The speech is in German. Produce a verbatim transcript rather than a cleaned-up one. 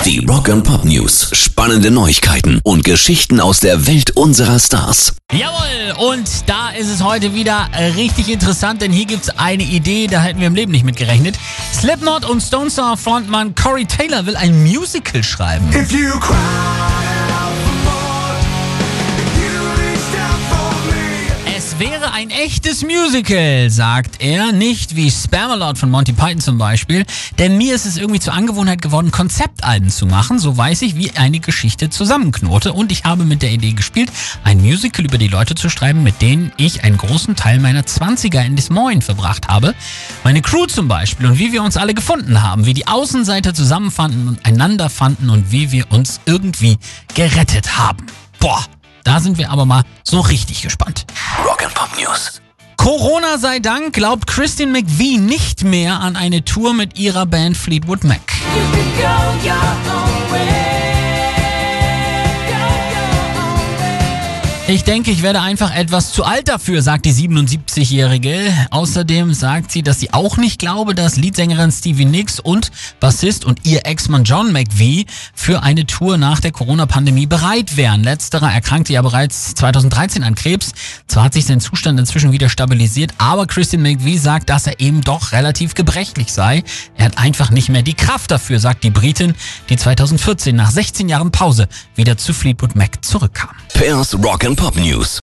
Die Rock and Pop News. Spannende Neuigkeiten und Geschichten aus der Welt unserer Stars. Jawohl, und da ist es heute wieder richtig interessant, denn hier gibt's eine Idee, da hätten wir im Leben nicht mit gerechnet. Slipknot und Stone Sour Frontmann Corey Taylor will ein Musical schreiben. If you cry out for more, if you reach down for me. Es wäre ein echtes Musical, sagt er, nicht wie Spamalot von Monty Python zum Beispiel, denn mir ist es irgendwie zur Angewohnheit geworden, Konzeptalben zu machen, so weiß ich, wie eine Geschichte zusammenknote, und ich habe mit der Idee gespielt, ein Musical über die Leute zu schreiben, mit denen ich einen großen Teil meiner zwanziger in Des Moines verbracht habe. Meine Crew zum Beispiel und wie wir uns alle gefunden haben, wie die Außenseiter zusammenfanden und einander fanden und wie wir uns irgendwie gerettet haben. Boah, da sind wir aber mal so richtig gespannt. Rock and Pop News. Corona sei Dank glaubt Christine McVie nicht mehr an eine Tour mit ihrer Band Fleetwood Mac. You can go your own way. Go your own way. Ich denke, ich werde einfach etwas zu alt dafür, sagt die siebenundsiebzigjährige. Außerdem sagt sie, dass sie auch nicht glaube, dass Leadsängerin Stevie Nicks und Bassist und ihr Ex-Mann John McVie für eine Tour nach der Corona-Pandemie bereit wären. Letzterer erkrankte ja bereits zweitausenddreizehn an Krebs. Zwar hat sich sein Zustand inzwischen wieder stabilisiert, aber Christine McVie sagt, dass er eben doch relativ gebrechlich sei. Er hat einfach nicht mehr die Kraft dafür, sagt die Britin, die zweitausendvierzehn nach sechzehn Jahren Pause wieder zu Fleetwood Mac zurückkam. Pairs Rock and Pop News.